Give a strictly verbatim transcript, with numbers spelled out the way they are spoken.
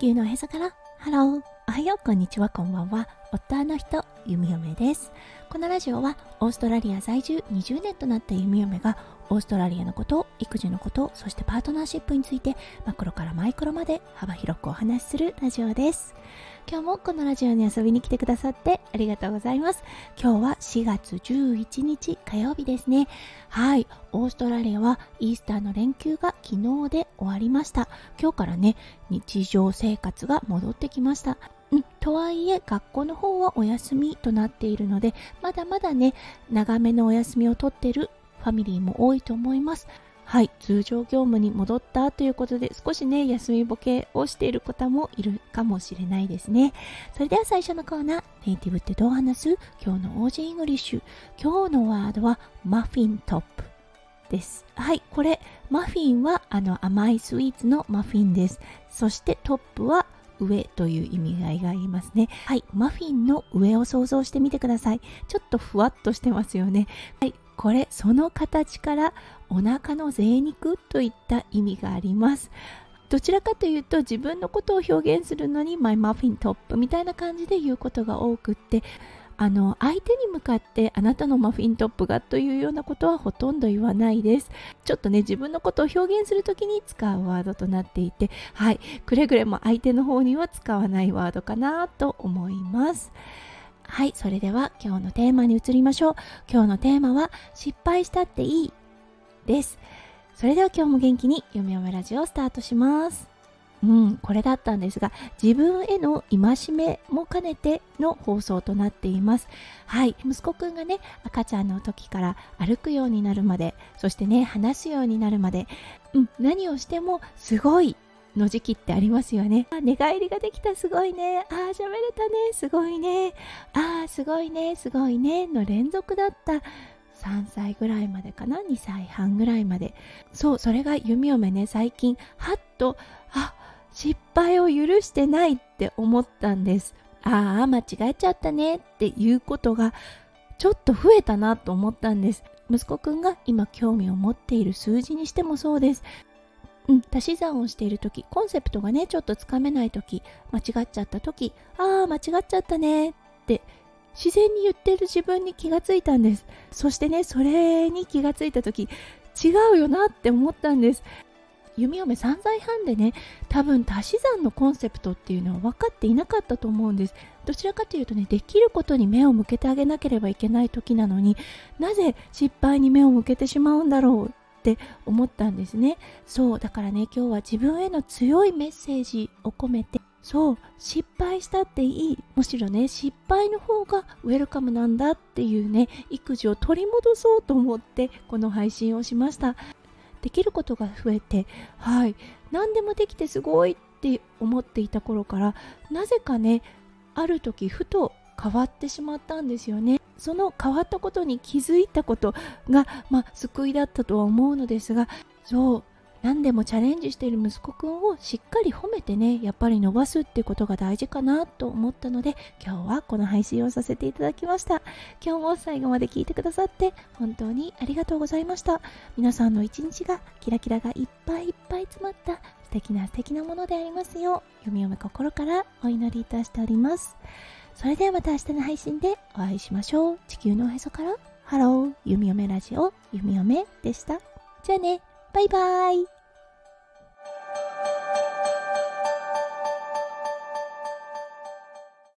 球のへそからハロー、おはよう、こんにちは、こんばんは。夫の人、ゆみよめです。このラジオはオーストラリア在住にじゅうねんとなったゆみよめがオーストラリアのこと、育児のこと、そしてパートナーシップについてマクロからマイクロまで幅広くお話しするラジオです。今日もこのラジオに遊びに来てくださってありがとうございます。今日はしがつじゅういちにち火曜日ですね。はい、オーストラリアはイースターの連休が昨日で終わりました。今日からね、日常生活が戻ってきました。うん、とはいえ学校の方はお休みとなっているので、まだまだね、長めのお休みを取っているファミリーも多いと思います。はい、通常業務に戻ったということで、少しね、休みボケをしている方もいるかもしれないですね。それでは最初のコーナー、ネイティブってどう話す？今日の オージー イングリッシュ。今日のワードはマフィントップです。はい、これマフィンはあの甘いスイーツのマフィンです。そしてトップは上という意味合いがありますね。はい、マフィンの上を想像してみてください。ちょっとふわっとしてますよね。はい、これその形からお腹の贅肉といった意味があります。どちらかというと自分のことを表現するのに My muffin top みたいな感じで言うことが多くって、あの相手に向かってあなたのマフィントップがというようなことはほとんど言わないです。ちょっとね、自分のことを表現するときに使うワードとなっていて、はい、くれぐれも相手の方には使わないワードかなと思います。はい、それでは今日のテーマに移りましょう。今日のテーマは失敗したっていいです。それでは今日も元気によみよめラジオをスタートします。うん、これだったんですが、自分への戒めも兼ねての放送となっています。はい、息子くんがね、赤ちゃんの時から歩くようになるまで、そしてね、話すようになるまで、うん、何をしてもすごいの時期ってありますよね。あ、寝返りができた、すごいね。あー、喋れたね、すごいね。あー、すごいね、すごいねの連続だった。さんさいぐらいまでかな、にさいはんぐらいまで。そう、それが弓嫁ね、最近はっと、あ、失敗を許してないって思ったんです。ああ、間違えちゃったねっていうことがちょっと増えたなと思ったんです。息子くんが今興味を持っている数字にしてもそうです。うん、足し算をしているとき、コンセプトがね、ちょっとつかめないとき、間違っちゃったとき、ああ、間違っちゃったねって自然に言ってる自分に気がついたんです。そしてね、それに気がついたとき、違うよなって思ったんです。弓嫁さんさいはんでね、多分足し算のコンセプトっていうのは分かっていなかったと思うんです。どちらかというとね、できることに目を向けてあげなければいけない時なのに、なぜ失敗に目を向けてしまうんだろうって思ったんですね。そうだからね、今日は自分への強いメッセージを込めて、そう、失敗したっていい、むしろね、失敗の方がウェルカムなんだっていうね、育児を取り戻そうと思ってこの配信をしました。できることが増えて、はい、何でもできてすごいって思っていた頃から、なぜかね、ある時ふと変わってしまったんですよね。その変わったことに気づいたことが、まあ、救いだったとは思うのですが、そう、何でもチャレンジしている息子くんをしっかり褒めてね、やっぱり伸ばすっていうことが大事かなと思ったので、今日はこの配信をさせていただきました。今日も最後まで聞いてくださって本当にありがとうございました。皆さんの一日がキラキラがいっぱいいっぱい詰まった素敵な素敵なものでありますよう、弓嫁心からお祈りいたしております。それではまた明日の配信でお会いしましょう。地球のおへそからハロー、弓嫁ラジオ、弓嫁でした。じゃあね、バイバイ。